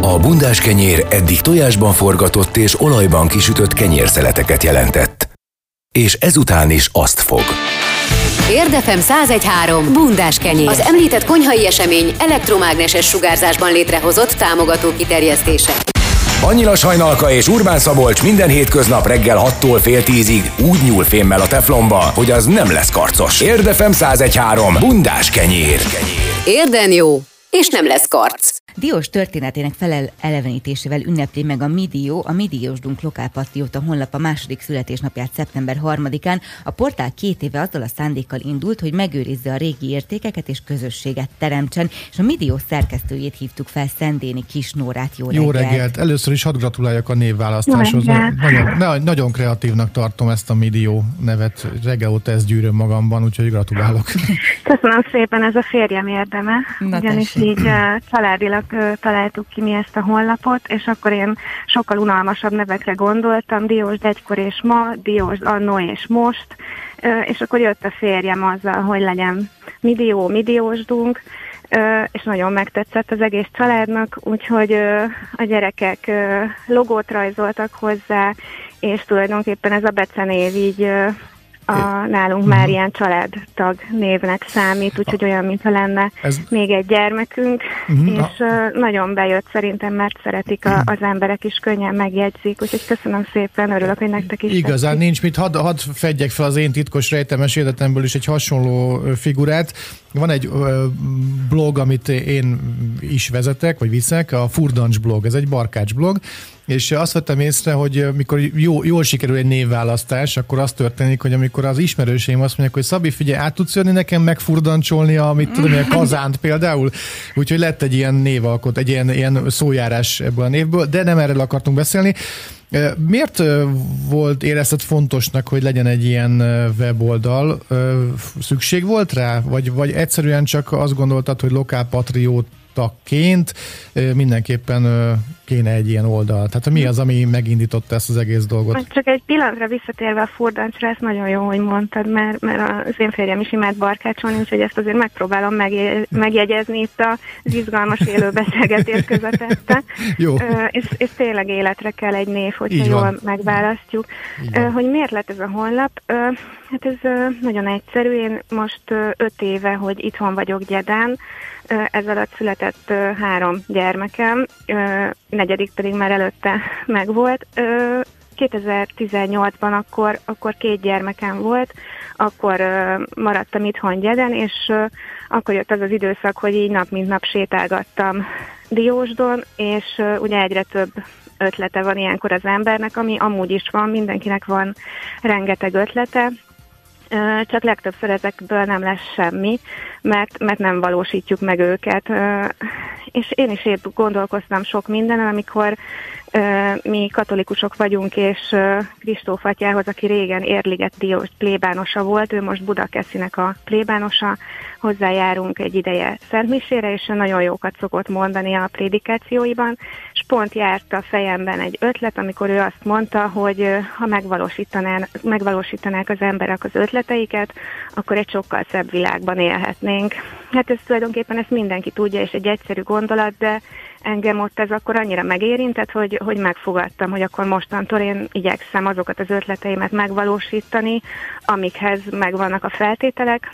A bundás kenyér eddig tojásban forgatott és olajban kisütött kenyérszeleteket jelentett. És ezután is azt fog. Érdefem 101.3 bundás kenyér. Az említett konyhai esemény elektromágneses sugárzásban létrehozott támogató kiterjesztése. Annyila Sajnalka és Urbán Szabolcs minden hétköznap reggel 6-tól fél 10-ig úgy nyúl fémmel a teflonba, hogy az nem lesz karcos. Érdefem 101.3 bundás kenyér. Érden jó, és nem lesz karc. Diós történetének felelevenítésével ünnepli meg a MIDIO, a Mi Diósdunk Lokálpatrióta honlap a második születésnapját szeptember 3-án. A portál 2 éve azzal a szándékkal indult, hogy megőrizze a régi értékeket és közösséget teremtsen, és a MIDIO szerkesztőjét hívtuk fel, Szendéni Kis Nórát. Jó reggelt! Először is hadd gratuláljak a névválasztáshoz. Nagyon kreatívnak tartom ezt a MIDIO nevet. Reggel óta ezt gyűröm magamban, úgyhogy gratulálok. Köszönöm szépen, ez a férjem érdeme. Ugyanis így családilag találtuk ki mi ezt a honlapot, és akkor én sokkal unalmasabb nevekre gondoltam, Diósd egykor és ma, Diósd annó és most, és akkor jött a férjem azzal, hogy legyen MIDIO, Mi Diósdunk, és nagyon megtetszett az egész családnak, úgyhogy a gyerekek logót rajzoltak hozzá, és tulajdonképpen ez a becenév így nálunk már ilyen családtag névnek számít, úgyhogy olyan, mintha lenne még egy gyermekünk, és nagyon bejött szerintem, mert szeretik az emberek is, könnyen megjegyzik, úgyhogy köszönöm szépen, örülök, hogy nektek is igazán tetszik. Nincs mit, hadd fedjek fel az én titkos rejtemes életemből is egy hasonló figurát. Van egy blog, amit én is vezetek, vagy viszek, a Furdancs blog, ez egy barkács blog, és azt vettem észre, hogy mikor jól sikerül egy névválasztás, akkor az történik, hogy amikor az ismerőseim azt mondják, hogy Szabi, figyelj, át tudsz jönni nekem megfurdancsolni a kazánt például, úgyhogy lett egy ilyen névalkot, egy ilyen szójárás ebből a névből, de nem erről akartunk beszélni. Miért érezted fontosnak, hogy legyen egy ilyen weboldal? Szükség volt rá? Vagy egyszerűen csak azt gondoltad, hogy lokálpatriótaként mindenképpen kéne egy ilyen oldal? Tehát mi az, ami megindította ezt az egész dolgot? Csak egy pillanatra visszatérve a furdancsra, ezt nagyon jó, hogy mondtad, mert az én férjem is imád barkácsolni, úgyhogy ezt azért megpróbálom megjegyezni itt az izgalmas élő beszélgetés közepette. Jó. És tényleg életre kell egy név, hogyha jól megválasztjuk. Hogy miért lett ez a honlap? Hát ez nagyon egyszerű. Én most 5 éve, hogy itthon vagyok Gyedán, ez alatt született 3 gyermekem, 4. pedig már előtte megvolt. 2018-ban akkor 2 gyermekem volt, akkor maradtam itthon Gyeden, és akkor jött az az időszak, hogy így nap mint nap sétálgattam Diósdon, és ugye egyre több ötlete van ilyenkor az embernek, ami amúgy is van, mindenkinek van rengeteg ötlete, csak legtöbbször ezekből nem lesz semmi, mert nem valósítjuk meg őket. És én is épp gondolkoztam sok mindenen, amikor mi katolikusok vagyunk, és Kristóf atyához, aki régen Érliget Diósd plébánosa volt, ő most Budakeszinek a plébánosa, hozzájárunk egy ideje szentmisére, és nagyon jókat szokott mondani a prédikációiban, és pont járt a fejemben egy ötlet, amikor ő azt mondta, hogy ha megvalósítanák az emberek az ötleteiket, akkor egy sokkal szebb világban élhetnénk. Hát ez tulajdonképpen ezt mindenki tudja, és egy egyszerű gondolat, de engem ott ez akkor annyira megérintett, hogy megfogadtam, hogy akkor mostantól én igyekszem azokat az ötleteimet megvalósítani, amikhez megvannak a feltételek,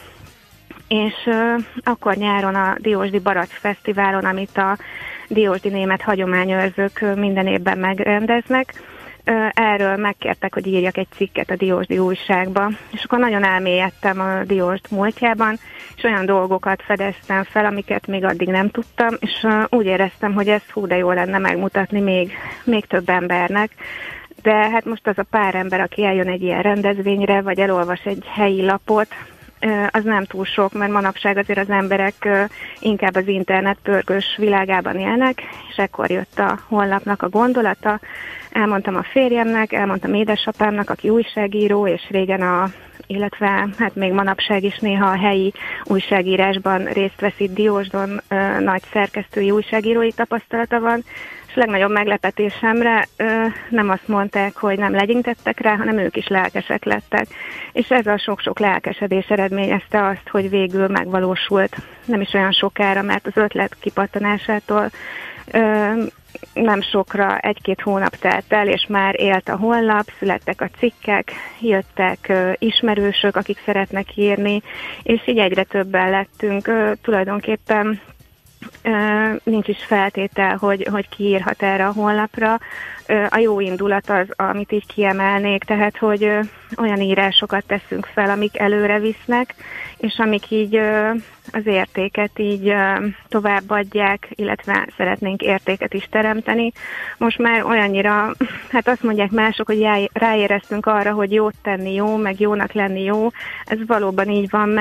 és akkor nyáron a Diósdi Barack Fesztiválon, amit a diósdi német hagyományőrzők minden évben megrendeznek, erről megkértek, hogy írjak egy cikket a Diósdi újságba, és akkor nagyon elmélyedtem a Diósd múltjában, és olyan dolgokat fedeztem fel, amiket még addig nem tudtam, és úgy éreztem, hogy ezt de jó lenne megmutatni még több embernek, de hát most az a pár ember, aki eljön egy ilyen rendezvényre, vagy elolvas egy helyi lapot, az nem túl sok, mert manapság azért az emberek inkább az internet pörgős világában élnek, és ekkor jött a honlapnak a gondolata. Elmondtam a férjemnek, elmondtam édesapámnak, aki újságíró, és régen illetve hát még manapság is néha a helyi újságírásban részt vesz itt Diósdon, nagy szerkesztői újságírói tapasztalata van, és legnagyobb meglepetésemre nem azt mondták, hogy nem legyintettek rá, hanem ők is lelkesek lettek. És ez a sok-sok lelkesedés eredményezte azt, hogy végül megvalósult nem is olyan sokára, mert az ötlet kipattanásától Nem sokra, 1-2 hónap telt el, és már élt a honlap, születtek a cikkek, jöttek ismerősök, akik szeretnek írni, és így egyre többen lettünk. Tulajdonképpen nincs is feltétel, hogy ki írhat erre a honlapra. A jó indulat az, amit így kiemelnék, tehát, hogy olyan írásokat teszünk fel, amik előre visznek, és amik így az értéket így továbbadják, illetve szeretnénk értéket is teremteni. Most már olyannyira, hát azt mondják mások, hogy ráéreztünk arra, hogy jót tenni jó, meg jónak lenni jó. Ez valóban így van,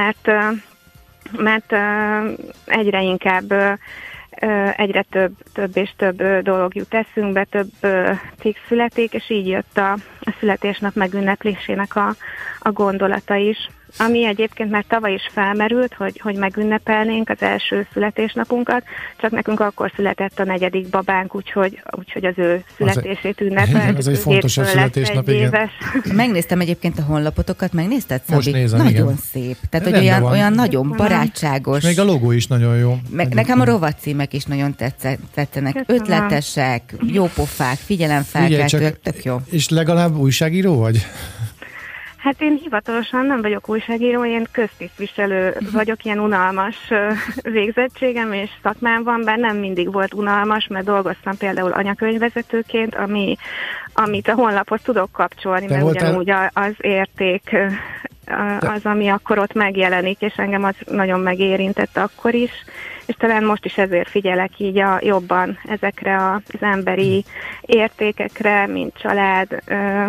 mert egyre inkább egyre több és több dolog jut eszünkbe, több cikk születik, és így jött a születésnap megünneplésének a gondolata is. Ami egyébként már tavaly is felmerült, hogy megünnepelnénk az első születésnapunkat, csak nekünk akkor született a 4. babánk, úgyhogy az ő születését ünnepeltük. Ez egy fontosabb születésnap, igen. Megnéztem egyébként a honlapotok, megnézted, Szabi? Most nézem, nagyon igen. szép. Tehát, hogy olyan nagyon barátságos. És még a logó is nagyon jó. Nekem a rovatcímek is nagyon tetszenek. Köszönöm. Ötletesek, jópofák, figyelemfelkeltőek, tök jó. És legalább újságíró vagy? Hát én hivatalosan nem vagyok újságíró, én köztisztviselő vagyok, ilyen unalmas végzettségem és szakmám van, bár nem mindig volt unalmas, mert dolgoztam például anyakönyvvezetőként, amit a honlaphoz tudok kapcsolni, mert ugyanúgy az érték az, ami akkor ott megjelenik, és engem az nagyon megérintett akkor is, és talán most is ezért figyelek így jobban ezekre az emberi értékekre, mint család,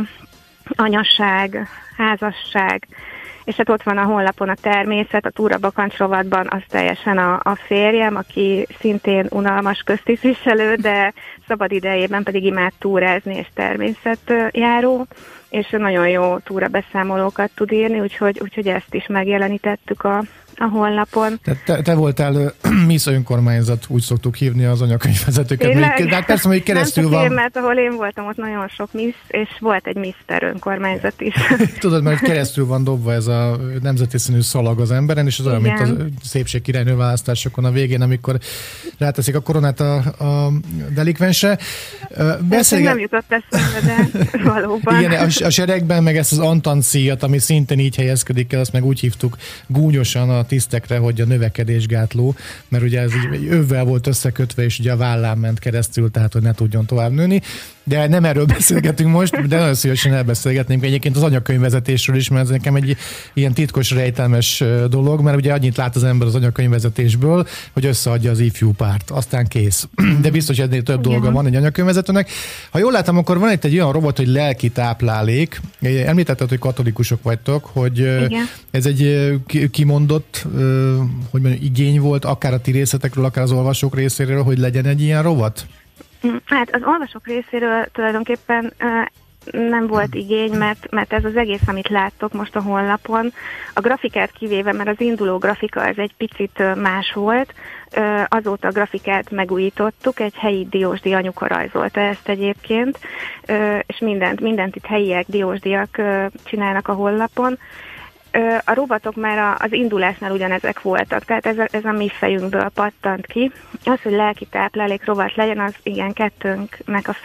anyasság, házasság, és hát ott van a honlapon a természet, a Túra Bakancs rovatban az teljesen a férjem, aki szintén unalmas köztisztviselő, de szabad idejében pedig imád túrázni és természetjáró, és nagyon jó túrabeszámolókat tud írni, úgyhogy ezt is megjelenítettük a honlapon. Te voltál Miss Önkormányzat, úgy szoktuk hívni az anyakönyvvezetőket. De hát persze, hogy keresztül nem van. Nem mert ahol én voltam, ott nagyon sok Miss, és volt egy Mr. Önkormányzat is. Tudod, mert keresztül van dobva ez a nemzeti színű szalag az emberen, és az olyan, mint a szépségkirálynő választásokon a végén, amikor ráteszik a koronát a delikvensre. Nem jutott eszembe, de valóban. Igen, a seregben meg ezt az antancíjat, ami szintén így helyezkedik el, azt meg úgy hívtuk gúnyosan a tisztekre, hogy a növekedésgátló, mert ugye ez így övvel volt összekötve, és ugye a vállán ment keresztül, tehát hogy ne tudjon tovább nőni. De nem erről beszélgetünk most, de nagyon szívesen elbeszélgetnénk egyébként az anyakönyvvezetésről is, mert ez nekem egy ilyen titkos, rejtelmes dolog, mert ugye annyit lát az ember az anyakönyvvezetésből, hogy összeadja az ifjú párt, aztán kész. De biztos, hogy ennél több dolga van egy anyakönyvvezetőnek. Ha jól látom, akkor van itt egy olyan robot, hogy lelki táplálék. Említetted, hogy katolikusok vagytok, hogy igen. Ez egy kimondott, hogy mondjam, igény volt, akár a ti részletekről, akár az olvasók részéről, hogy legyen egy ilyen robot? Hát az olvasók részéről tulajdonképpen nem volt igény, mert ez az egész, amit láttok most a honlapon, a grafikát kivéve, mert az induló grafika az egy picit más volt, azóta a grafikát megújítottuk, egy helyi diósdi anyuka rajzolta ezt egyébként, és mindent itt helyiek, diósdiak csinálnak a honlapon. A robotok már az indulásnál ugyanezek voltak, tehát ez a mi fejünkből pattant ki. Az, hogy lelki táplálék rovat legyen, az igen, kettőnknek a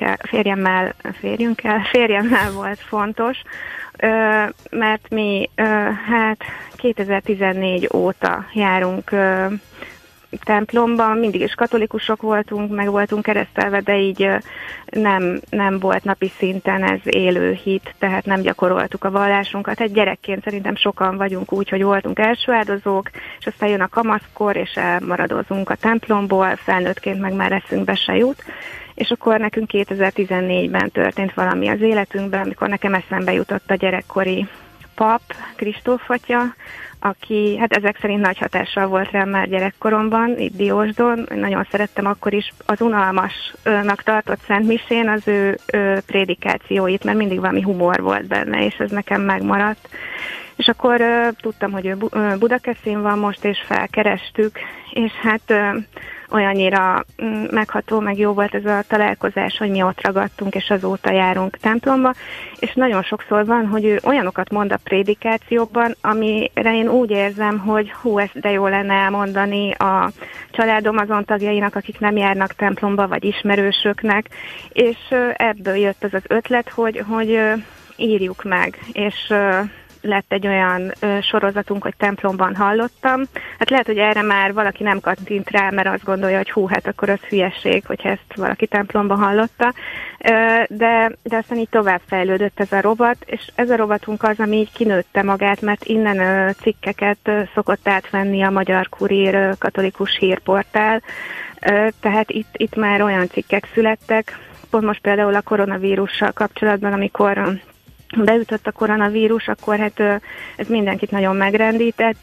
férjemmel volt fontos, mert mi hát 2014 óta járunk templomban, mindig is katolikusok voltunk, meg voltunk keresztelve, de így nem volt napi szinten ez élő hit, tehát nem gyakoroltuk a vallásunkat. Egy gyerekként szerintem sokan vagyunk úgy, hogy voltunk első áldozók, és aztán jön a kamaszkor, és elmaradozunk a templomból, felnőttként meg már eszünkbe se jut. És akkor nekünk 2014-ben történt valami az életünkben, amikor nekem eszembe jutott a gyerekkori pap, Kristóf atya, aki hát ezek szerint nagy hatással volt rám már gyerekkoromban, itt Diósdon. Nagyon szerettem akkor is az unalmasnak tartott szentmisén az ő prédikációit, mert mindig valami humor volt benne, és ez nekem megmaradt. És akkor tudtam, hogy ő Budakeszin van most, és felkerestük, és hát olyannyira megható, meg jó volt ez a találkozás, hogy mi ott ragadtunk, és azóta járunk templomba, és nagyon sokszor van, hogy ő olyanokat mond a prédikációkban, amire én úgy érzem, hogy hú, ezt de jó lenne elmondani a családom azon tagjainak, akik nem járnak templomba, vagy ismerősöknek, és ebből jött az ötlet, hogy írjuk meg, és lett egy olyan sorozatunk, hogy templomban hallottam. Hát lehet, hogy erre már valaki nem kattint rá, mert azt gondolja, hogy hú, hát akkor az hülyeség, hogyha ezt valaki templomban hallotta. De aztán így tovább fejlődött ez a rovat, és ez a rovatunk az, ami így kinőtte magát, mert innen cikkeket szokott átvenni a Magyar Kurír katolikus hírportál. Tehát itt már olyan cikkek születtek, pont most például a koronavírussal kapcsolatban, amikor beütött a koronavírus, akkor hát ez mindenkit nagyon megrendített,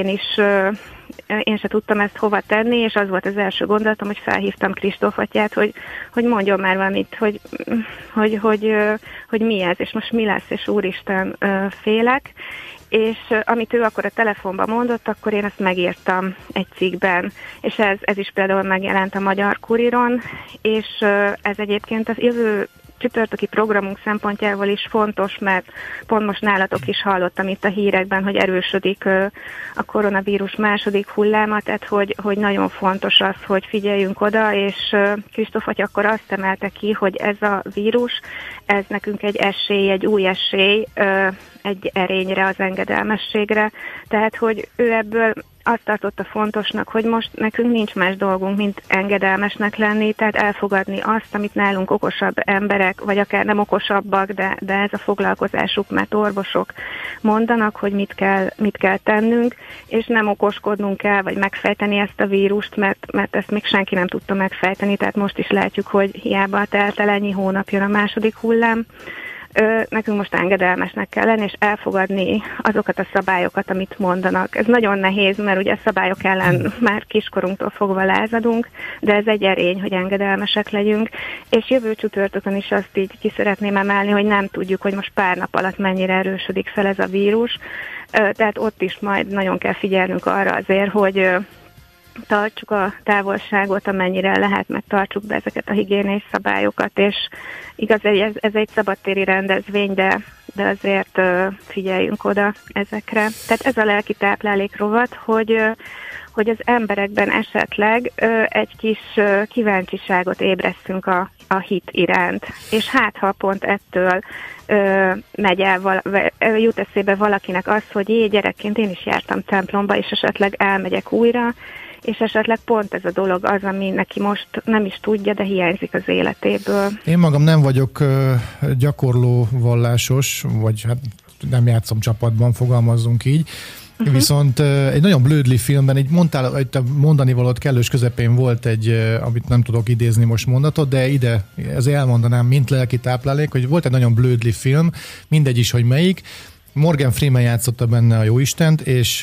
én se tudtam ezt hova tenni, és az volt az első gondolatom, hogy felhívtam Kristóf atyát, hogy mondjon már valamit, hogy mi ez, és most mi lesz, és úristen, félek. És amit ő akkor a telefonban mondott, akkor én ezt megírtam egy cikkben, és ez is például megjelent a Magyar Kuríron, és ez egyébként az jövő csütörtöki programunk szempontjából is fontos, mert pont most nálatok is hallottam itt a hírekben, hogy erősödik a koronavírus második hulláma, tehát hogy nagyon fontos az, hogy figyeljünk oda, és Kristóf atya akkor azt emelte ki, hogy ez a vírus, ez nekünk egy esély, egy új esély, egy erényre, az engedelmességre, tehát hogy ő ebből azt tartotta fontosnak, hogy most nekünk nincs más dolgunk, mint engedelmesnek lenni, tehát elfogadni azt, amit nálunk okosabb emberek, vagy akár nem okosabbak, de ez a foglalkozásuk, mert orvosok mondanak, hogy mit kell tennünk, és nem okoskodnunk kell, vagy megfejteni ezt a vírust, mert ezt még senki nem tudta megfejteni, tehát most is látjuk, hogy hiába telt el ennyi hónap, jön a második hullám. Nekünk most engedelmesnek kell lenni, és elfogadni azokat a szabályokat, amit mondanak. Ez nagyon nehéz, mert ugye a szabályok ellen már kiskorunktól fogva lázadunk, de ez egy erény, hogy engedelmesek legyünk, és jövő csütörtökön is azt így ki szeretném emelni, hogy nem tudjuk, hogy most pár nap alatt mennyire erősödik fel ez a vírus, tehát ott is majd nagyon kell figyelnünk arra azért, hogy tartsuk a távolságot, amennyire lehet, meg tartsuk be ezeket a higiéniai szabályokat, és igaz, ez egy szabadtéri rendezvény, de azért figyeljünk oda ezekre. Tehát ez a lelki táplálék rovat, hogy az emberekben esetleg egy kis kíváncsiságot ébresztünk a hit iránt. És hát, ha pont ettől jut eszébe valakinek az, hogy gyerekként én is jártam templomba, és esetleg elmegyek újra, és esetleg pont ez a dolog az, ami neki most nem is tudja, de hiányzik az életéből. Én magam nem vagyok gyakorló vallásos, vagy hát nem játszom csapatban, fogalmazzunk így. Viszont egy nagyon blödli filmben, így mondtál, hogy a mondani valót kellős közepén volt egy, amit nem tudok idézni most mondatot, de ide ezért elmondanám, mint lelki táplálék, hogy volt egy nagyon blödli film, mindegy is, hogy melyik. Morgan Freeman játszotta benne a Jóistent, és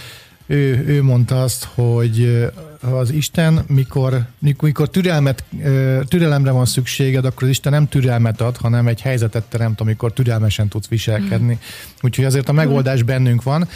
ő mondta azt, hogy az Isten, mikor türelemre van szükséged, akkor az Isten nem türelmet ad, hanem egy helyzetet teremt, amikor türelmesen tudsz viselkedni. Úgyhogy azért a megoldás bennünk van.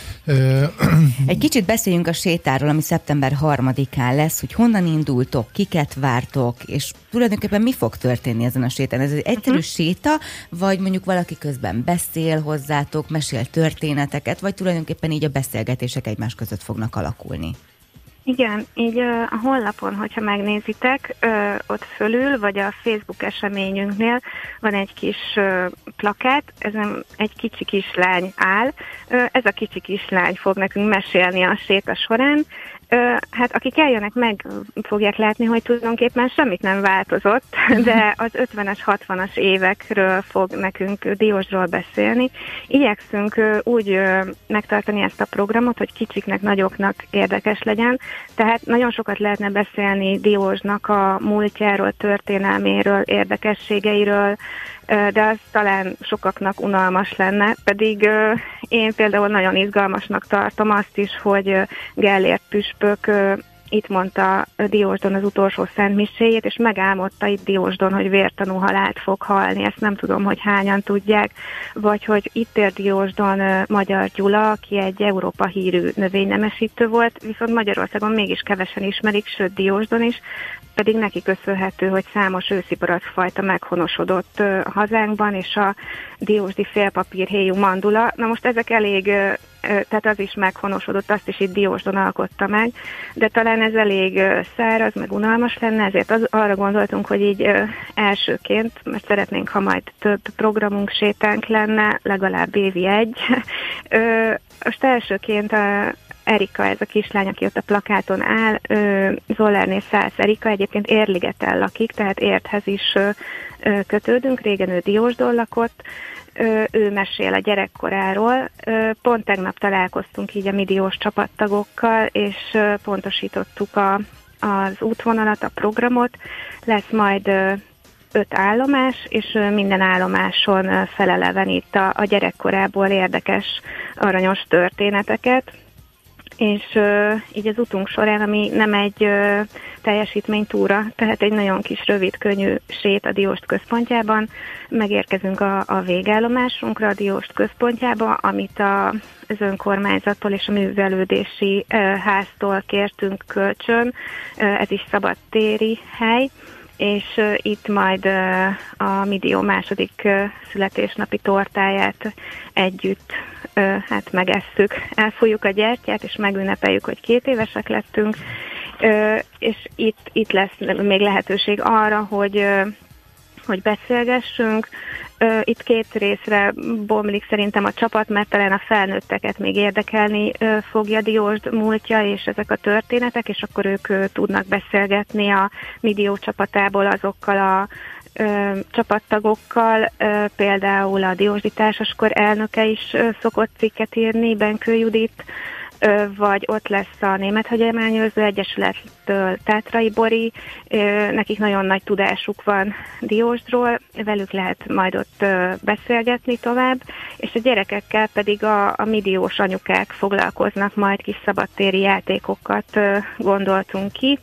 Egy kicsit beszéljünk a sétáról, ami szeptember 3-án lesz, hogy honnan indultok, kiket vártok, és tulajdonképpen mi fog történni ezen a sétán? Ez egy egyszerű séta, vagy mondjuk valaki közben beszél hozzátok, mesél történeteket, vagy tulajdonképpen így a beszélgetések egymás között fognak alakulni? Igen, így a honlapon, hogyha megnézitek, ott fölül, vagy a Facebook eseményünknél van egy kis plakát, ezen egy kicsi kislány áll. Ez a kicsi kislány fog nekünk mesélni a séta során. Hát akik eljönnek, meg fogják látni, hogy tulajdonképpen semmit nem változott, de az 50-es, 60-as évekről fog nekünk Diósról beszélni. Igyekszünk úgy megtartani ezt a programot, hogy kicsiknek, nagyoknak érdekes legyen, tehát nagyon sokat lehetne beszélni Diósnak a múltjáról, történelméről, érdekességeiről, de az talán sokaknak unalmas lenne, pedig én például nagyon izgalmasnak tartom azt is, hogy Gellért püspök itt mondta Diósdon az utolsó szentmiséjét, és megálmodta itt Diósdon, hogy vértanú halált fog halni. Ezt nem tudom, hogy hányan tudják, vagy hogy itt ér Diósdon Magyar Gyula, aki egy Európa hírű növénynemesítő volt, viszont Magyarországon mégis kevesen ismerik, sőt Diósdon is, pedig neki köszönhető, hogy számos őszi barackfajta meghonosodott a hazánkban, és a diósdi félpapírhéjú mandula. Na most ezek elég tehát az is meghonosodott, azt is itt Diósdon alkotta meg, de talán ez elég száraz, meg unalmas lenne, ezért arra gondoltunk, hogy így elsőként, mert szeretnénk, ha majd több programunk, sétánk lenne, legalább évi egy. Most elsőként Erika, ez a kislány, aki ott a plakáton áll, Zollárné Szász Erika, egyébként Érligeten lakik, tehát Érthez is kötődünk, régen ő Diósdon lakott, ő mesél a gyerekkoráról. Pont tegnap találkoztunk így a Midiós csapattagokkal, és pontosítottuk az útvonalat, a programot. Lesz majd 5 állomás, és minden állomáson felelevenít a gyerekkorából érdekes, aranyos történeteket. És így az utunk során, ami nem egy teljesítménytúra, tehát egy nagyon kis, rövid, könnyű sét a Diósd központjában, megérkezünk a végállomásunkra, a Diósd központjába, amit az önkormányzattól és a művelődési háztól kértünk kölcsön, ez is szabadtéri hely, és itt majd a Midió második születésnapi tortáját együtt megesszük, elfújjuk a gyertyát, és megünnepeljük, hogy 2 évesek lettünk, és itt lesz még lehetőség arra, hogy beszélgessünk. Itt 2 részre bomlik szerintem a csapat, mert talán a felnőtteket még érdekelni fogja Diósd múltja, és ezek a történetek, és akkor ők tudnak beszélgetni a Midió csapatából azokkal a csapattagokkal, például a Diósdi Társaskor elnöke is szokott cikket írni, Benkő Judit, vagy ott lesz a Német Hagyományőrző Egyesülettől Tátrai Bori, nekik nagyon nagy tudásuk van Diósdról, velük lehet majd ott beszélgetni tovább, és a gyerekekkel pedig a midiós anyukák foglalkoznak, majd kis szabadtéri játékokat gondoltunk ki,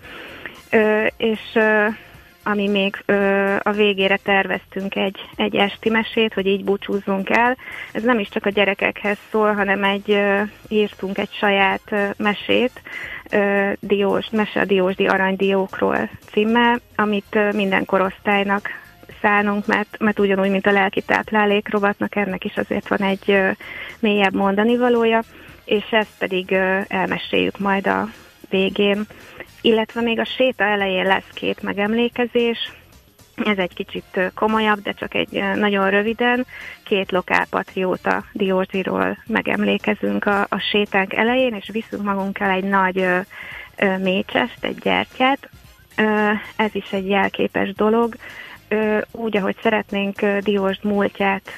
és ami még a végére terveztünk egy esti mesét, hogy így búcsúzzunk el. Ez nem is csak a gyerekekhez szól, hanem írtunk egy saját mesét, Mese a Diósdi aranydiókról címmel, amit minden korosztálynak szánunk, mert ugyanúgy, mint a lelki táplálék rovatnak, ennek is azért van egy mélyebb mondanivalója, és ezt pedig elmeséljük majd a végén. Illetve még a séta elején lesz 2 megemlékezés, ez egy kicsit komolyabb, de csak egy nagyon röviden, 2 lokálpatrióta Diósdiról megemlékezünk a sétánk elején, és viszünk magunkkal egy nagy mécsest, egy gyertyát. Ez is egy jelképes dolog, úgy, ahogy szeretnénk Diósd múltját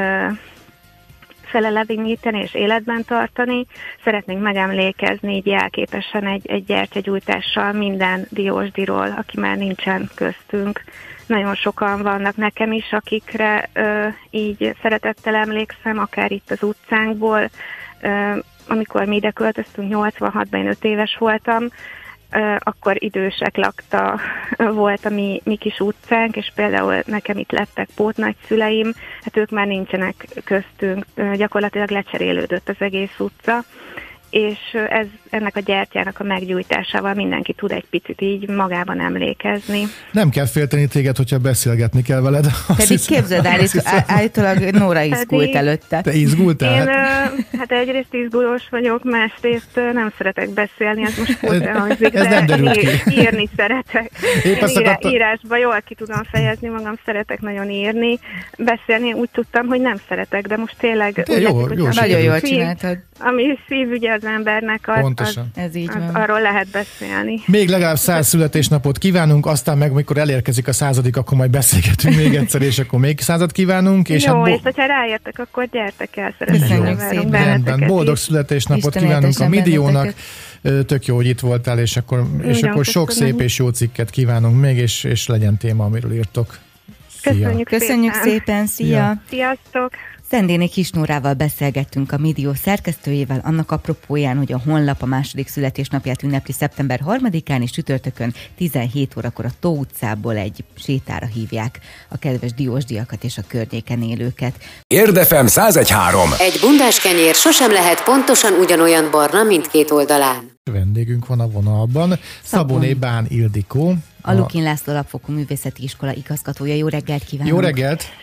feleleveníteni és életben tartani. Szeretnénk megemlékezni így jelképesen egy gyertyagyújtással minden diósdiról, aki már nincsen köztünk. Nagyon sokan vannak nekem is, akikre így szeretettel emlékszem, akár itt az utcánkból. Amikor mi ide költöztünk, 86-ban én 5 éves voltam, akkor idősek lakta volt a mi kis utcánk, és például nekem itt lettek pótnagyszüleim, hát ők már nincsenek köztünk, gyakorlatilag lecserélődött az egész utca, és ennek a gyertyának a meggyújtásával mindenki tud egy picit így magában emlékezni. Nem kell félteni téged, hogyha beszélgetni kell veled. Pedig képzeld el, állítólag Nóra izgult előtte. Te izgultál? Én hát egyrészt izgulós vagyok, másrészt nem szeretek beszélni, az most furcsa hangzik, de írni szeretek. Írásban jól ki tudom fejezni magam, szeretek nagyon írni. Beszélni úgy tudtam, hogy nem szeretek, de most tényleg... Nagyon jól csináltad. Ami szívügye az embernek, ez így van. Arról lehet beszélni. Még legalább 100 születésnapot kívánunk, aztán meg, amikor elérkezik a 100., akkor majd beszélgetünk még egyszer, és akkor még 100-at kívánunk. És jó, és hogyha ráértek, akkor gyertek el, szeretnénk benneteket. Boldog születésnapot Isten kívánunk a Midiónak. Tök jó, hogy itt voltál, és akkor sok szép és jó cikket kívánunk még, és legyen téma, amiről írtok. Szia. Köszönjük szépen, szia! Sziasztok! Szendéné Kis Nórával beszélgettünk a Midió szerkesztőjével annak apropóján, hogy a honlap a második születésnapját ünnepli szeptember 3-án, és csütörtökön 17 órakor a Tó utcából egy sétára hívják a kedves diósdiakat és a környéken élőket. Érdefem 101.3. Egy bundás kenyér sosem lehet pontosan ugyanolyan barna mindkét oldalán. Vendégünk van a vonalban, Szaboné Bán Ildikó. A Lukin László Alapfokú Művészeti Iskola igazgatója. Jó reggelt kívánok! Jó reggelt!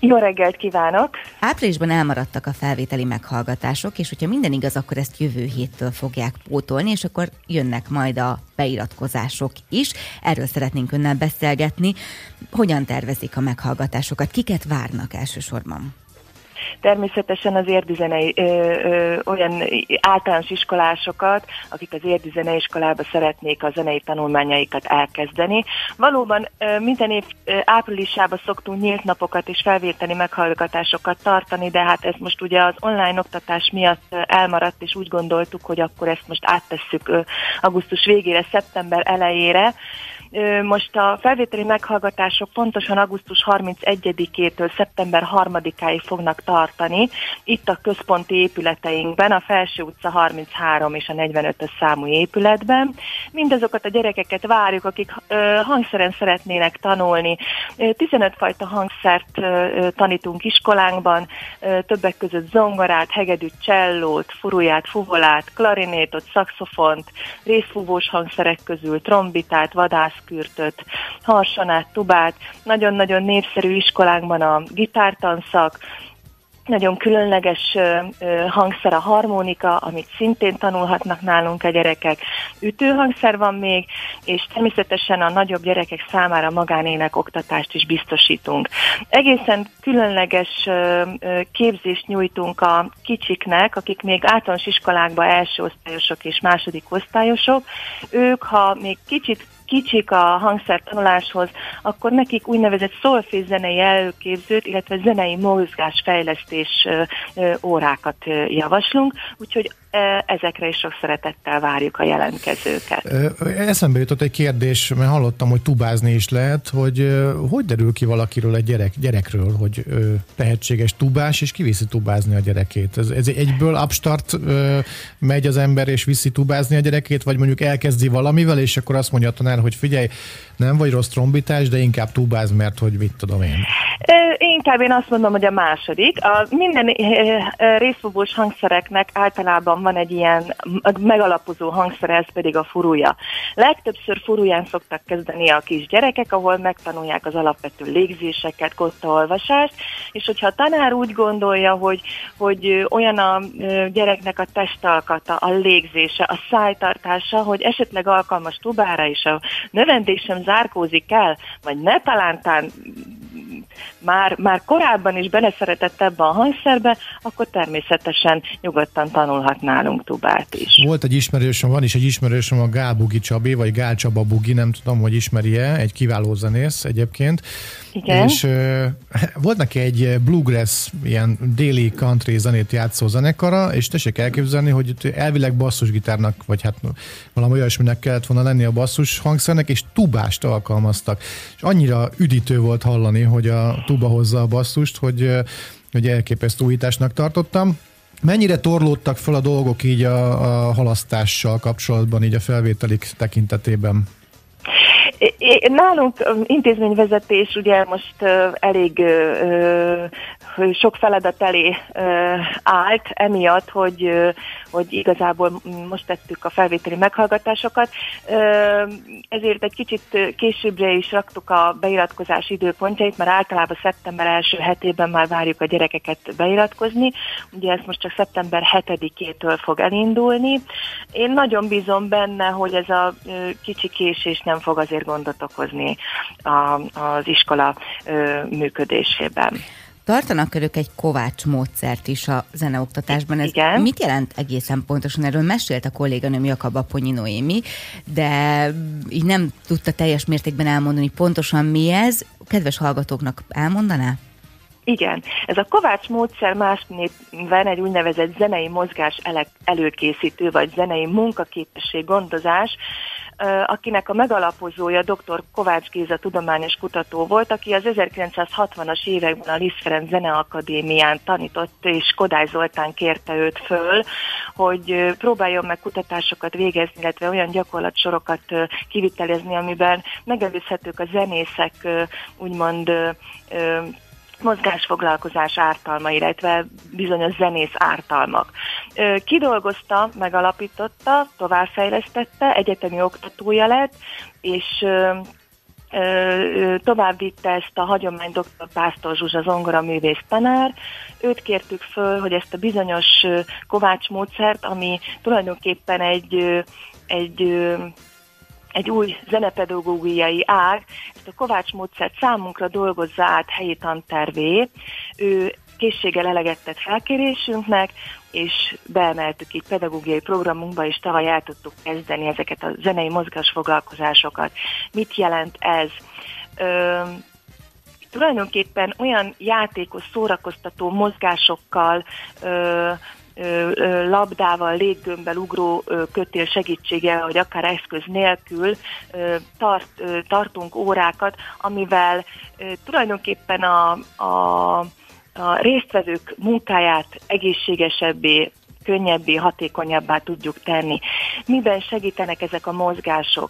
Jó reggelt kívánok! Áprilisban elmaradtak a felvételi meghallgatások, és hogyha minden igaz, akkor ezt jövő héttől fogják pótolni, és akkor jönnek majd a beiratkozások is. Erről szeretnénk önnel beszélgetni. Hogyan tervezik a meghallgatásokat? Kiket várnak elsősorban? Természetesen az érdizenei olyan általános iskolásokat, akik az érdi zeneiskolába szeretnék a zenei tanulmányaikat elkezdeni. Valóban minden év áprilisában szoktunk nyílt napokat és felvételi meghallgatásokat tartani, de hát ez most ugye az online oktatás miatt elmaradt, és úgy gondoltuk, hogy akkor ezt most áttesszük augusztus végére, szeptember elejére. Most a felvételi meghallgatások pontosan augusztus 31-től szeptember 3-áig fognak tartani, itt a központi épületeinkben, a Felső utca 33 és a 45-ös számú épületben. Mindazokat a gyerekeket várjuk, akik hangszeren szeretnének tanulni. 15 fajta hangszert tanítunk iskolánkban, többek között zongorát, hegedűt, csellót, furuját, fuvolát, klarinétot, szaxofont, részfúvós hangszerek közül trombitát, vadászkürtöt, harsonát, tubát. Nagyon-nagyon népszerű iskolánkban a gitártanszak, nagyon különleges hangszer a harmonika, amit szintén tanulhatnak nálunk a gyerekek. Ütőhangszer van még, és természetesen a nagyobb gyerekek számára magánének oktatást is biztosítunk. Egészen különleges képzést nyújtunk a kicsiknek, akik még általános iskolákban első osztályosok és második osztályosok. Ők, ha még kicsik a hangszertanuláshoz, akkor nekik úgynevezett szolfézzenei előképzőt, illetve zenei mozgásfejlesztés órákat javaslunk, úgyhogy ezekre is sok szeretettel várjuk a jelentkezőket. Eszembe jutott egy kérdés, mert hallottam, hogy tubázni is lehet, hogy derül ki valakiről egy gyerekről, hogy tehetséges tubás, és kiviszi tubázni a gyerekét. Ez egyből upstart megy az ember, és viszi tubázni a gyerekét, vagy mondjuk elkezdi valamivel, és akkor azt mondja a tanár, hogy figyelj, nem vagy rossz trombitás, de inkább tubáz, mert hogy mit tudom én. Inkább én azt mondom, hogy a második. Minden részfúvós hangszereknek általában van egy ilyen megalapozó hangszer, ez pedig a furuja. Legtöbbször furuján szoktak kezdeni a kis gyerekek, ahol megtanulják az alapvető légzéseket, kottaolvasást, és hogyha a tanár úgy gondolja, hogy olyan a gyereknek a testalkata, a légzése, a szájtartása, hogy esetleg alkalmas tubára is a növendék sem zárkózik el, vagy ne talántán már korábban is beleszeretett ebbe a hangszerbe, akkor természetesen nyugodtan tanulhat nálunk tubát is. Volt egy ismerősöm, van is egy ismerősöm, a Gál Bugi Csabi, vagy Gál Csaba Bugi, nem tudom, hogy ismeri-e, egy kiváló zenész egyébként. Igen. És volt neki egy bluegrass, ilyen déli country zenét játszó zenekara, és tessék elképzelni, hogy elvileg basszusgitárnak, vagy hát valami olyasminek kellett volna lenni a basszus hangszernek, és tubást alkalmaztak. És annyira üdítő volt hallani, hogy a tuba hozza a basszust, hogy elképesztő újításnak tartottam. Mennyire torlódtak fel a dolgok így a halasztással kapcsolatban, így a felvételik tekintetében? Nálunk intézményvezetés ugye most elég sok feladat elé állt, emiatt, hogy igazából most tettük a felvételi meghallgatásokat. Ezért egy kicsit későbbre is raktuk a beiratkozás időpontjait, mert általában szeptember első hetében már várjuk a gyerekeket beiratkozni. Ugye ez most csak szeptember 7-től fog elindulni. Én nagyon bízom benne, hogy ez a kicsi késés nem fog azért gondot okozni az iskola működésében. Tartanak önök egy Kovács módszert is a zeneoktatásban. Ez igen. Mit jelent egészen pontosan? Erről mesélt a kolléganőm Jakab Aponyi Noémi, de így nem tudta teljes mértékben elmondani pontosan mi ez. Kedves hallgatóknak elmondaná? Igen, ez a Kovács módszer más néven egy úgynevezett zenei mozgás előkészítő, vagy zenei munkaképesség gondozás, akinek a megalapozója dr. Kovács Géza tudományos kutató volt, aki az 1960-as években a Liszt Ferenc Zeneakadémián tanított, és Kodály Zoltán kérte őt föl, hogy próbáljon meg kutatásokat végezni, illetve olyan gyakorlatsorokat kivitelezni, amiben megelőzhetők a zenészek úgymond mozgásfoglalkozás ártalma, illetve bizonyos zenész ártalmak. Kidolgozta, megalapította, továbbfejlesztette, egyetemi oktatója lett, és tovább vitte ezt a hagyomány dr. Pásztor Zsuzsa zongoraművész tanár. Őt kértük föl, hogy ezt a bizonyos Kovács módszert, ami tulajdonképpen egy új zenepedagógiai ág, ezt a Kovács módszert számunkra dolgozza át helyi tantervé. Ő készséggel eleget tett felkérésünknek, és beemeltük így pedagógiai programunkba, és tavaly el tudtuk kezdeni ezeket a zenei mozgásfoglalkozásokat. Mit jelent ez? Tulajdonképpen olyan játékos, szórakoztató mozgásokkal, labdával, léggömbbel, ugró kötél segítsége, vagy akár eszköz nélkül tartunk órákat, amivel tulajdonképpen a résztvevők munkáját egészségesebbé, könnyebbé, hatékonyabbá tudjuk tenni. Miben segítenek ezek a mozgások?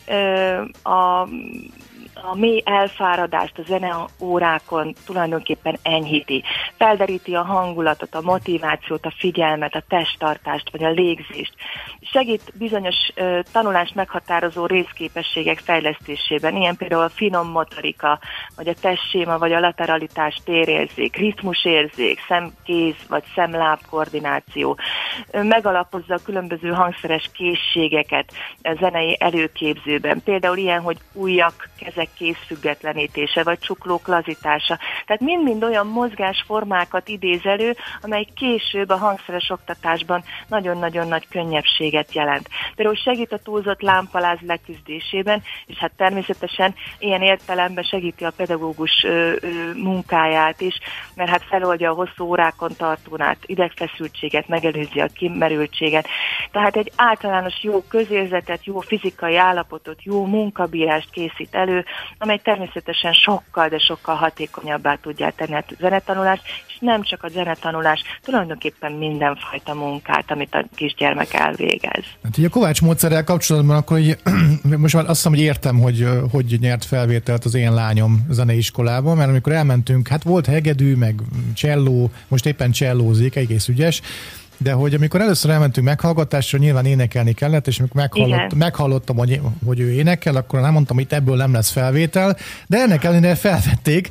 A mély elfáradást a zeneórákon tulajdonképpen enyhíti. Felderíti a hangulatot, a motivációt, a figyelmet, a testtartást vagy a légzést. Segít bizonyos tanulást meghatározó részképességek fejlesztésében, ilyen például a finom motorika, vagy a testséma, vagy a lateralitás, térérzék, ritmusérzék, szem-kéz vagy szem-láb koordináció. Megalapozza a különböző hangszeres készségeket a zenei előképzőben. Például ilyen, hogy ujjak, kezek kézfüggetlenítése, vagy csuklók lazítása. Tehát mind-mind olyan mozgásformákat idéz elő, amely később a hangszeres oktatásban nagyon-nagyon nagy könnyebbséget jelent. Például segít a túlzott lámpaláz leküzdésében, és hát természetesen ilyen értelemben segíti a pedagógus munkáját is, mert hát feloldja a hosszú órákon tartónát, idegfeszültséget, megelőzi a kimerültséget. Tehát egy általános jó közérzetet, jó fizikai állapotot, jó munkabírást készít elő, amely természetesen sokkal, de sokkal hatékonyabbá tudja tenni a zenetanulást, és nem csak a zenetanulás, tulajdonképpen mindenfajta munkát, amit a kisgyermek elvégez. Hát ugye a Kovács módszerrel kapcsolatban akkor most már azt hiszem, hogy értem, hogy nyert felvételt az én lányom zeneiskolában, mert amikor elmentünk, hát volt hegedű, meg cselló, most éppen csellózik, egész ügyes, de hogy amikor először elmentünk meghallgatásra, nyilván énekelni kellett, és amikor meghallottam, hogy ő énekel, akkor nem mondtam, hogy ebből nem lesz felvétel, de ennek ellenére felvették,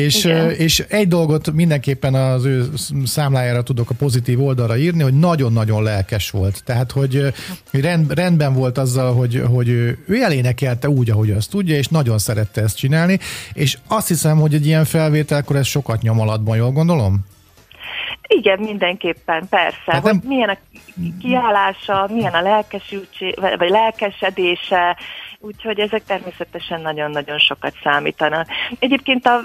és egy dolgot mindenképpen az ő számlájára tudok a pozitív oldalra írni, hogy nagyon-nagyon lelkes volt. Tehát, hogy rendben volt azzal, hogy ő elénekelte úgy, ahogy azt tudja, és nagyon szerette ezt csinálni, és azt hiszem, hogy egy ilyen felvételkor ez sokat nyom alatban, jól gondolom? Igen, mindenképpen, persze. Hát hogy milyen a kiállása, milyen a lelkesültség, vagy lelkesedése, úgyhogy ezek természetesen nagyon-nagyon sokat számítanak. Egyébként a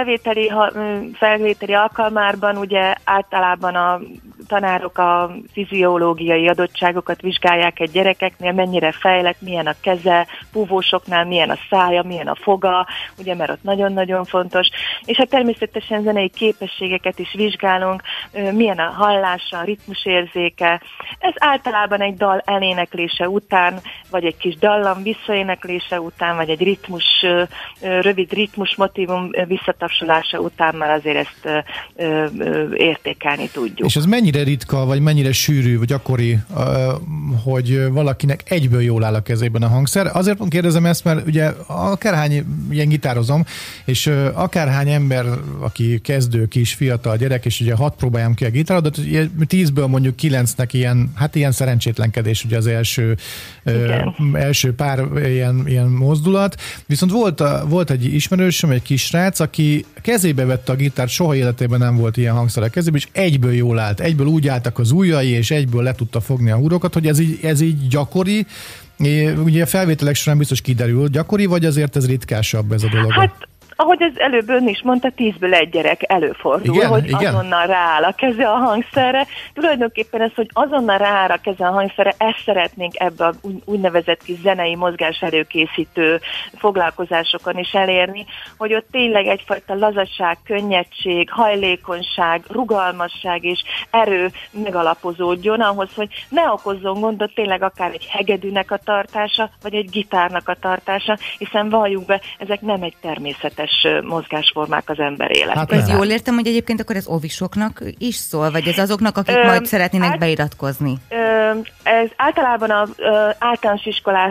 felvételi alkalmárban ugye általában a tanárok a fiziológiai adottságokat vizsgálják egy gyerekeknél, mennyire fejlett, milyen a keze, búvósoknál milyen a szája, milyen a foga, ugye, mert ott nagyon-nagyon fontos. És hát természetesen zenei képességeket is vizsgálunk, milyen a hallása, a ritmusérzéke. Ez általában egy dal eléneklése után, vagy egy kis dallam visszaéneklése után, vagy egy rövid ritmus motívum visszatapsolása után már azért ezt értékelni tudjuk. És ez mennyire ritka, vagy mennyire sűrű, vagy gyakori, hogy valakinek egyből jól áll a kezében a hangszer? Azért kérdezem ezt, mert ugye akárhány ilyen gitározom, és akárhány ember, aki kezdő, kis, fiatal gyerek, és ugye 6 próbáljam ki a gitárodat, 10-ből mondjuk 9-nek ilyen szerencsétlenkedés ugye az első pár ilyen mozdulat. Viszont volt egy ismerősöm, egy kis srác, aki kezébe vette a gitárt, soha életében nem volt ilyen hangszer a kezében, és egyből jól állt. Egyből úgy álltak az ujjai, és egyből le tudta fogni a húrokat, hogy ez így gyakori. Ugye a felvételek során biztos kiderül, gyakori, vagy azért ez ritkásabb ez a dolog? Hát, ahogy ez előbb ön is mondta, 10-ből egy gyerek előfordul, hogy azonnal rááll a keze a hangszerre. Tulajdonképpen ez, hogy azonnal rááll a keze a hangszerre, ezt szeretnénk ebbe a úgynevezett kis zenei mozgás előkészítő foglalkozásokon is elérni, hogy ott tényleg egyfajta lazaság, könnyedség, hajlékonyság, rugalmasság és erő megalapozódjon ahhoz, hogy ne okozzon gondot tényleg akár egy hegedűnek a tartása, vagy egy gitárnak a tartása, hiszen valljuk be, ezek nem egy természetes mozgásformák az ember életben. Hát ez jól értem, hogy egyébként akkor ez óvisoknak is szól, vagy ez azoknak, akik majd szeretnének beiratkozni? Ez általában az általános iskolás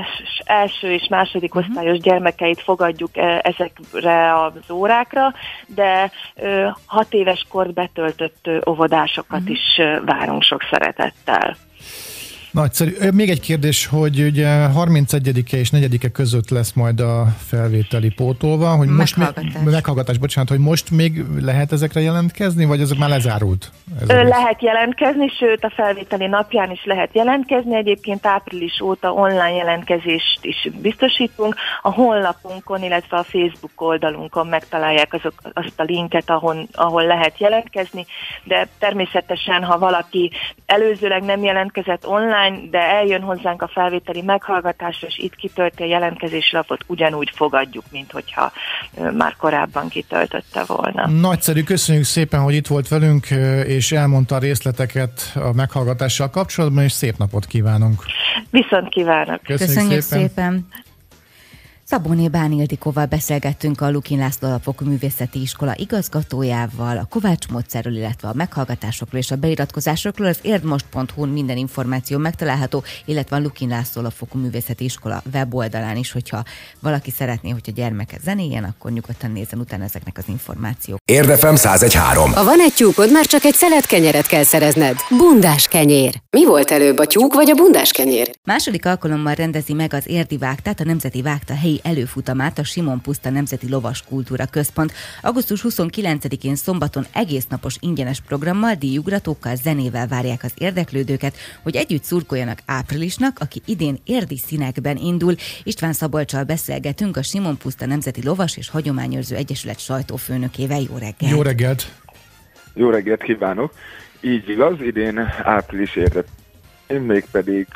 első és második osztályos gyermekeit fogadjuk ezekre az órákra, de 6 éves kort betöltött óvodásokat is várunk sok szeretettel. Nagyszerű. Még egy kérdés, hogy ugye 31-e és 4-e között lesz majd a felvételi pótolva, hogy most meghallgatás, bocsánat, hogy most még lehet ezekre jelentkezni, vagy ezek már lezárult? Lehet jelentkezni, sőt a felvételi napján is lehet jelentkezni. Egyébként április óta online jelentkezést is biztosítunk. A honlapunkon, illetve a Facebook oldalunkon megtalálják azt a linket, ahol lehet jelentkezni, de természetesen, ha valaki előzőleg nem jelentkezett online, de eljön hozzánk a felvételi meghallgatásra, és itt kitölti a jelentkezési lapot, ugyanúgy fogadjuk, mint hogyha már korábban kitöltötte volna. Nagyszerű, köszönjük szépen, hogy itt volt velünk, és elmondta a részleteket a meghallgatással kapcsolatban, és szép napot kívánunk. Viszont kívánok! Köszönjük szépen. Szabóné Bán Ildikóval beszélgettünk a Lukin László Alapfokú Művészeti Iskola igazgatójával, a Kovács módszerről, illetve a meghallgatásokról és a beiratkozásokról. Az érdmost.hu-n minden információ megtalálható, illetve a Lukin László Alapfokú Művészeti Iskola weboldalán is, hogyha valaki szeretné, hogy a gyermeke zenéjen, akkor nyugodtan nézzen utána ezeknek az információk. Érdefem 101.3. Ha van egy tyúkod, már csak egy szelet kenyeret kell szerezned. Bundás kenyér. Mi volt előbb, a tyúk vagy a bundás kenyér? Második alkalommal rendezi meg az Érdi Vágtát, a Nemzeti Vágta helyi előfutamát a Simon Puszta Nemzeti Lovas Kultúra Központ. Augusztus 29-én szombaton egésznapos ingyenes programmal, díjugratókkal, zenével várják az érdeklődőket, hogy együtt szurkoljanak áprilisnak, aki idén érdi színekben indul. István Szabolccsal beszélgetünk, a Simon Puszta Nemzeti Lovas és Hagyományőrző Egyesület sajtófőnökével. Jó reggelt! Jó reggelt! Jó reggelt kívánok! Így igaz, idén április érdet. Én mégpedig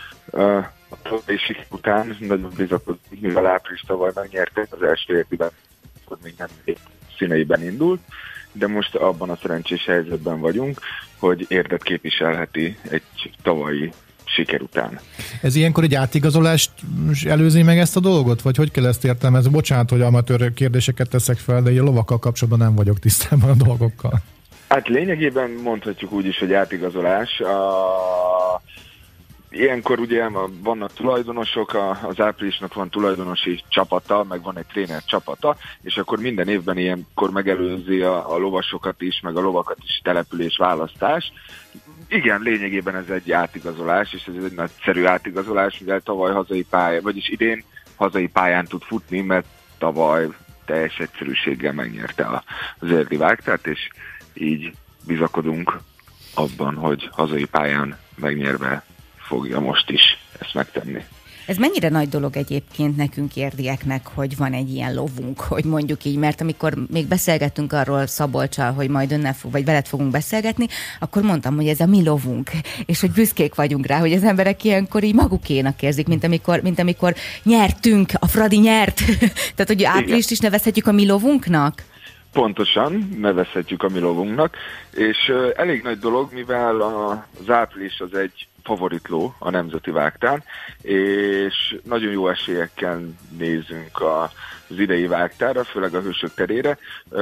a tavalyi siker után nagyon bizakodunk, mivel április tavaly megnyerték az első érdiben, hogy még nem színeiben indult, de most abban a szerencsés helyzetben vagyunk, hogy Érdet képviselheti egy tavalyi siker után. Ez ilyenkor egy átigazolást előzi meg ezt a dolgot? Vagy hogy kell ezt értelmezni? Bocsánat, hogy amatőr kérdéseket teszek fel, de a lovakkal kapcsolatban nem vagyok tisztában a dolgokkal. Hát lényegében mondhatjuk úgy is, hogy átigazolás. Ilyenkor ugye vannak tulajdonosok, az áprilisnak van tulajdonosi csapata, meg van egy tréner csapata, és akkor minden évben ilyenkor megelőzi a lovasokat is, meg a lovakat is település választás. Igen, lényegében ez egy átigazolás, és ez egy nagyszerű átigazolás, mivel tavaly hazai pályán, vagyis idén hazai pályán tud futni, mert tavaly teljes egyszerűséggel megnyerte az Érdi Vágtát, és így bizakodunk abban, hogy hazai pályán megnyerve fogja most is ezt megtenni. Ez mennyire nagy dolog egyébként nekünk érdieknek, hogy van egy ilyen lovunk, hogy mondjuk így, mert amikor még beszélgettünk arról Szabolccsal, hogy majd önnel vagy veled fogunk beszélgetni, akkor mondtam, hogy ez a mi lovunk, és hogy büszkék vagyunk rá, hogy az emberek ilyenkor így magukénak érzik, mint amikor nyertünk, a Fradi nyert. Tehát, hogy áprilist is nevezhetjük a mi lovunknak? Pontosan, nevezhetjük a mi lovunknak, és elég nagy dolog, mivel az április az egy favoritló a Nemzeti Vágtán, és nagyon jó esélyekkel nézünk az idei vágtára, főleg a Hősök terére.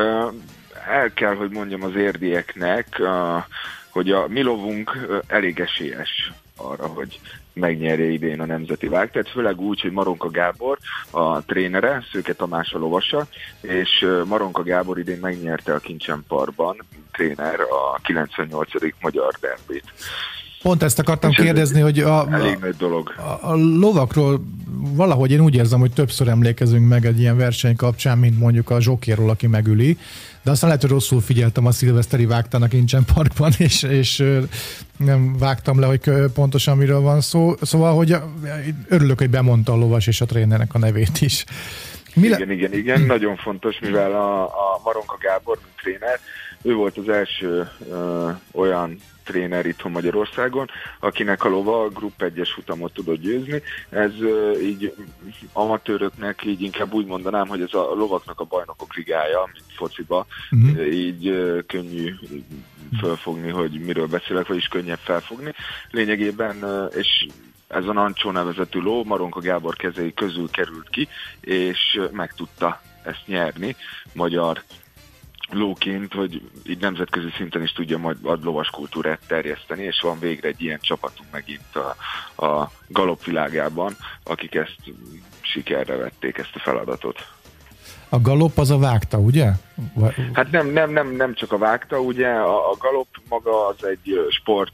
El kell, hogy mondjam az érdieknek, hogy a mi lovunk elég esélyes arra, hogy megnyerje idén a Nemzeti Vágtát, főleg úgy, hogy Maronka Gábor a trénere, Szőke Tamás a lovasa, és Maronka Gábor idén megnyerte a Kincsenparkban tréner a 98. magyar derbit. Pont ezt akartam kérdezni, hogy elég nagy dolog. A lovakról valahogy én úgy érzem, hogy többször emlékezünk meg egy ilyen verseny kapcsán, mint mondjuk a zsokérról, aki megüli, de aztán lehet, hogy rosszul figyeltem a szilveszteri Vágtának Kincsenparkban, és nem vágtam le, hogy pontosan miről van szó. Szóval, hogy örülök, hogy bemondta a lovas és a trénernek a nevét is. Igen, nagyon fontos, mivel a Maronka Gábor, mint tréner, ő volt az első olyan tréner itthon Magyarországon, akinek a lova a Grupp 1-es futamot tudott győzni. Ez így amatőröknek így inkább úgy mondanám, hogy ez a lovaknak a bajnokok ligája, mint fociba, így könnyű felfogni, hogy miről beszélek, vagyis könnyebb felfogni. Lényegében, és ez a Nancsó nevezetű ló Maronka Gábor kezei közül került ki, és meg tudta ezt nyerni magyar lóként, hogy így nemzetközi szinten is tudja majd a lovas kultúrát terjeszteni, és van végre egy ilyen csapatunk megint a galop világában, akik ezt sikerre vették, ezt a feladatot. A galop az a vágta, ugye? Hát nem csak a vágta, ugye, a galop maga az egy sport,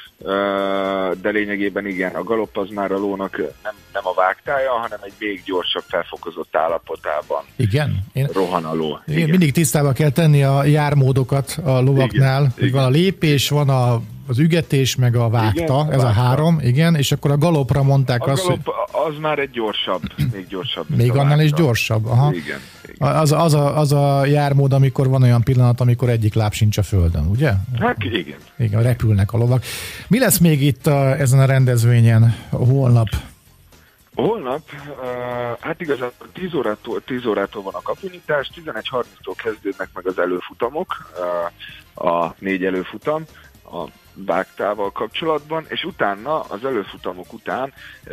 de lényegében igen, a galop az már a lónak nem a vágtája, hanem egy még gyorsabb felfokozott állapotában. Igen? Rohan a ló. Igen. Mindig tisztába kell tenni a jármódokat a lovaknál. Igen. Van a lépés, van az ügetés, meg a vágta, igen, ez a három, igen, és akkor a galopra mondták azt, galop, az már egy gyorsabb, még gyorsabb. Még annál is gyorsabb, aha. Igen. Az a jármód, amikor van olyan pillanat, amikor egyik láb sincs a földön, ugye? Hát igen. Igen, repülnek a lovak. Mi lesz még itt ezen a rendezvényen holnap? Holnap, hát igazából 10 órától van a kapunyítás, 11:30-tól kezdődnek meg az előfutamok, a 4 előfutam a vágtával kapcsolatban, és utána, az előfutamok után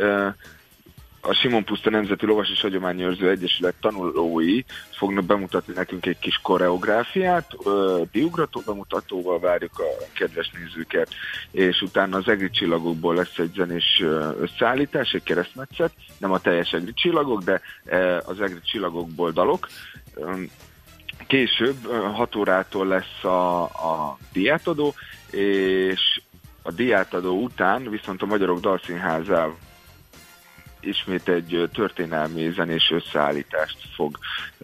a Simon Puszta Nemzeti Lovas és Hagyományőrző Egyesület tanulói fognak bemutatni nekünk egy kis koreográfiát, diugrató bemutatóval várjuk a kedves nézőket, és utána az Egri csillagokból lesz egy zenés összeállítás, egy keresztmetszet, nem a teljes Egri csillagok, de az Egri csillagokból dalok. Később 6 órától lesz a díjátadó, és a díjátadó után viszont a Magyarok Dalszínházával ismét egy történelmi zenés összeállítást fog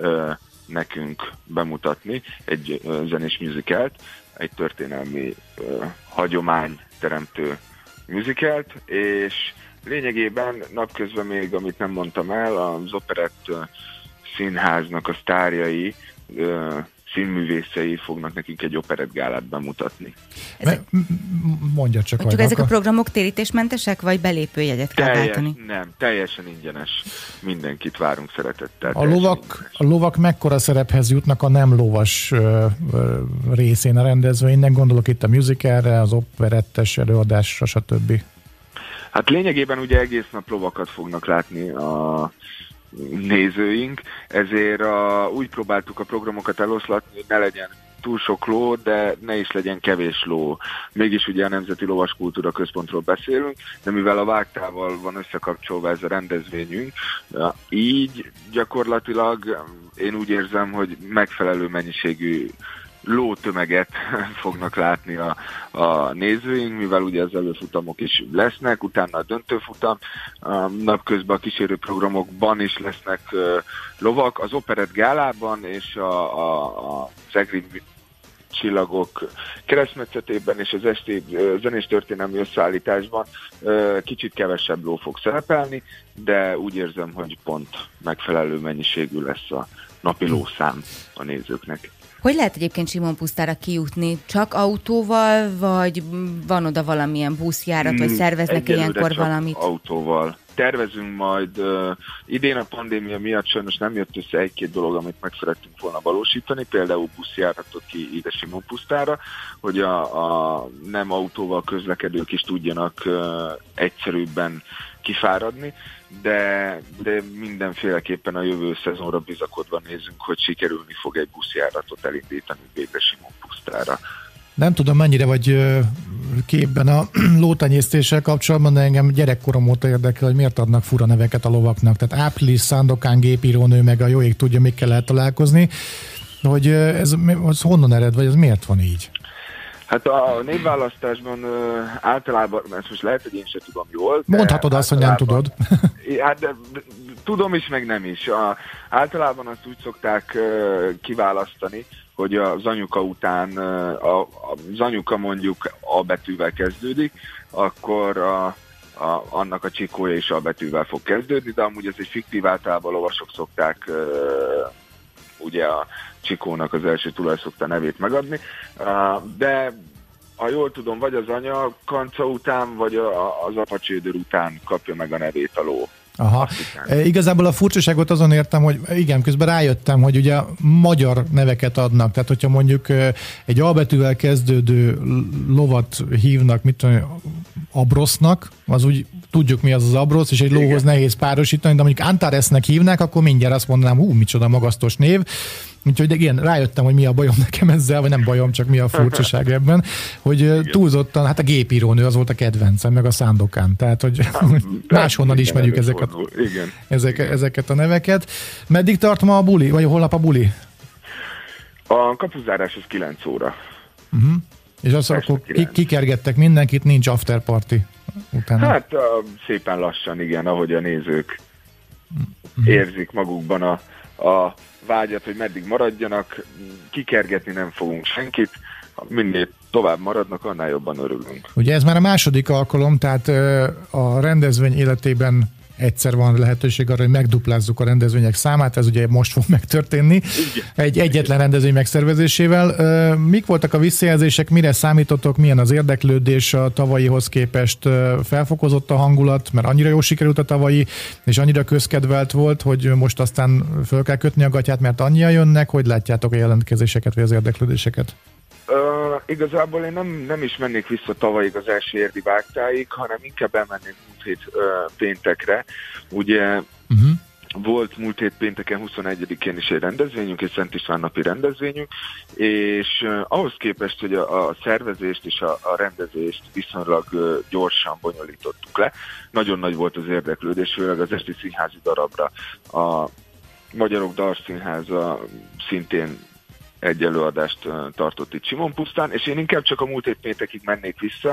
nekünk bemutatni, egy zenés musicalt, egy történelmi hagyományteremtő musicalt, és lényegében napközben még, amit nem mondtam el, az Operett Színháznak a sztárjai, színművészei fognak nekünk egy operettgálát bemutatni. Mondja csak. Csak ezek a programok térítésmentesek, vagy belépőjegyet kell váltani? Nem, teljesen ingyenes. Mindenkit várunk szeretettel. A lovak mekkora szerephez jutnak a nem lovas részén a rendezvénynek? Gondolok itt a musicalre, az operettes előadásra, stb. Hát lényegében ugye egész nap lovakat fognak látni a nézőink, ezért úgy próbáltuk a programokat eloszlatni, hogy ne legyen túl sok ló, de ne is legyen kevés ló. Mégis ugye a Nemzeti Lovas Kultúra Központról beszélünk, de mivel a vágtával van összekapcsolva ez a rendezvényünk, így gyakorlatilag én úgy érzem, hogy megfelelő mennyiségű lótömeget fognak látni a nézőink, mivel ugye az előfutamok is lesznek, utána a döntőfutam, napközben a kísérő programokban is lesznek lovak, az Operett Gálában és az Egri csillagok keresztmetszetében és az esti zenés történelmi összeállításban kicsit kevesebb ló fog szerepelni, de úgy érzem, hogy pont megfelelő mennyiségű lesz a napi lószám a nézőknek. Hogy lehet egyébként Simon Pusztára kijutni? Csak autóval, vagy van oda valamilyen buszjárat, vagy szerveznek ilyenkor valamit? Autóval. Tervezünk majd, idén a pandémia miatt sajnos nem jött össze egy-két dolog, amit meg szerettünk volna valósítani, például buszjáratot ki ide Simon Pusztára, hogy a nem autóval közlekedők is tudjanak egyszerűbben kifáradni, de mindenféleképpen a jövő szezonra bizakodva nézünk, hogy sikerülni fog egy buszjáratot elindítani végre Simon Pusztára. Nem tudom, mennyire vagy képben a lótenyésztéssel kapcsolatban, de engem gyerekkorom óta érdekel, hogy miért adnak fura neveket a lovaknak. Tehát Április, Szándokán, gépírónő, meg a jó ég tudja, mikkel lehet találkozni. Hogy ez honnan ered, vagy ez miért van így? Hát a névválasztásban általában, ezt most lehet, hogy én sem tudom jól. Mondhatod azt, hogy nem tudod. Hát de tudom is, meg nem is. Általában azt úgy szokták kiválasztani, hogy az anyuka után, az anyuka mondjuk A betűvel kezdődik, akkor annak a csikója is A betűvel fog kezdődni, de amúgy ez egy fiktív, általában lovasok szokták ugye a csikónak az első tulaj szokta nevét megadni, de ha jól tudom, vagy az anya kanca után, vagy az apa csődör után kapja meg a nevét a ló. Aha. Igazából a furcsaságot azon értem, hogy igen, közben rájöttem, hogy ugye magyar neveket adnak, tehát hogyha mondjuk egy A betűvel kezdődő lovat hívnak, mit tudom, Abrosznak, az úgy tudjuk mi az Abrosz, és egy lóhoz nehéz párosítani, de mondjuk Antaresnek hívnák, akkor mindjárt azt mondanám, micsoda magasztos név, Úgyhogy igen, rájöttem, hogy mi a bajom nekem ezzel, vagy nem bajom, csak mi a furcsaság ebben, hogy túlzottan, hát a gépírónő az volt a kedvencem, meg a Szándokán. Tehát, hogy máshonnan ismerjük ezeket a neveket. Meddig tart ma a buli, vagy holnap a buli? A kapuzárás az 9 óra. És azt akkor kikergettek mindenkit, nincs after party utána? Hát szépen lassan, igen, ahogy a nézők érzik magukban a vágyat, hogy meddig maradjanak, kikergetni nem fogunk senkit, minél tovább maradnak, annál jobban örülünk. Ugye ez már a második alkalom, tehát a rendezvény életében egyszer van lehetőség arra, hogy megduplázzuk a rendezvények számát, ez ugye most fog megtörténni, egyetlen rendezvény megszervezésével. Mik voltak a visszajelzések, mire számítottok, milyen az érdeklődés a tavalyihoz képest? Felfokozott a hangulat, mert annyira jól sikerült a tavalyi, és annyira közkedvelt volt, hogy most aztán föl kell kötni a gatyát, mert annyian jönnek, hogy látjátok a jelentkezéseket, vagy az érdeklődéseket? Igazából én nem is mennék vissza tavalyig az első érdi vágtáig, hanem inkább elmennék múlt hét péntekre. Ugye volt múlt hét pénteken 21-én is egy rendezvényünk, egy Szent István napi rendezvényünk, és ahhoz képest, hogy a szervezést és a rendezést viszonylag gyorsan bonyolítottuk le, nagyon nagy volt az érdeklődés, főleg az esti színházi darabra. A Magyarok Dalszínháza szintén egy előadást tartott itt Simonpusztán, és én inkább csak a múlt hét péntekig mennék vissza,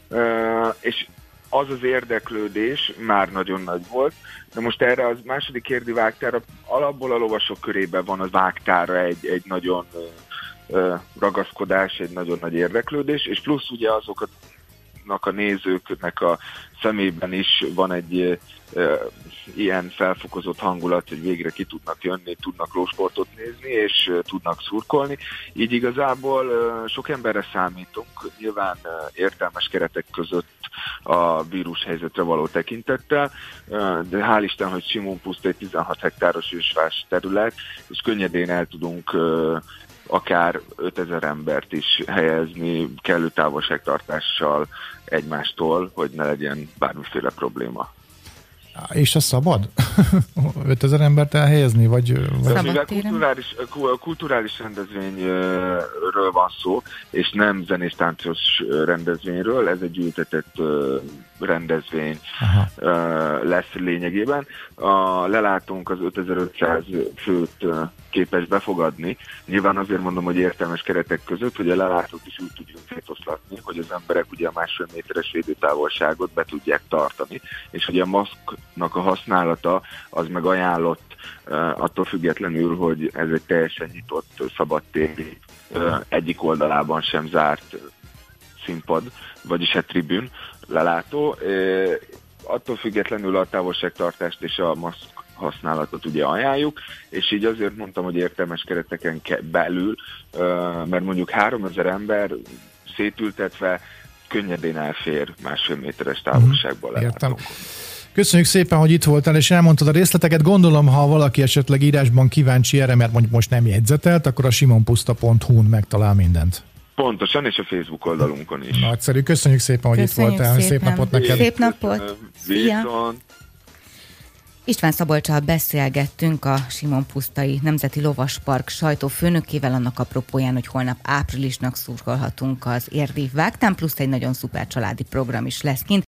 és az érdeklődés már nagyon nagy volt, de most erre az második érdi vágtára alapból a lovasok körében van az vágtára egy nagyon ragaszkodás, egy nagyon nagy érdeklődés, és plusz ugye azoknak a nézőknek a szemében is van egy ilyen felfokozott hangulat, hogy végre ki tudnak jönni, tudnak lósportot nézni, és tudnak szurkolni. Így igazából sok emberre számítunk, nyilván értelmes keretek között a vírushelyzetre való tekintettel, de hál' Isten, hogy Simonpuszt egy 16 hektáros ősfás terület, és könnyedén el tudunk akár 5000 embert is helyezni kellő távolságtartással egymástól, hogy ne legyen bármiféle probléma. És az szabad? 5000 embert elhelyezni? Mivel kulturális rendezvényről van szó, és nem zenésztáncos rendezvényről, ez egy ültetett rendezvény lesz lényegében. A lelátónk az 5500 főt képes befogadni. Nyilván azért mondom, hogy értelmes keretek között, hogy a lelátót is úgy tudjunk szétoszlatni, hogy az emberek ugye a 1,5 méteres védőtávolságot be tudják tartani, és hogy a maszknak a használata az meg ajánlott, attól függetlenül, hogy ez egy teljesen nyitott, szabadtéri, egyik oldalában sem zárt színpad, vagyis egy tribün lelátó. Attól függetlenül a távolságtartást és a maszk használatot ugye ajánljuk, és így azért mondtam, hogy értelmes kereteken belül, mert mondjuk 3000 ember szétültetve könnyedén elfér 1,5 méteres távolságból lelátókon. Köszönjük szépen, hogy itt voltál, és elmondtad a részleteket. Gondolom, ha valaki esetleg írásban kíváncsi erre, mert mondjuk most nem jegyzetelt, akkor a simonpuszta.hu-n megtalál mindent. Pontosan, és a Facebook oldalunkon is. Nagyszerű, köszönjük szépen, hogy itt voltál. Szép napot neked. Szép napot. Viszont. István Szabolccsal beszélgettünk a Simonpusztai Nemzeti Lovaspark sajtófőnökével annak apropóján, hogy holnap áprilisnak szurkolhatunk az érdi vágtán, plusz egy nagyon szuper családi program is lesz kint.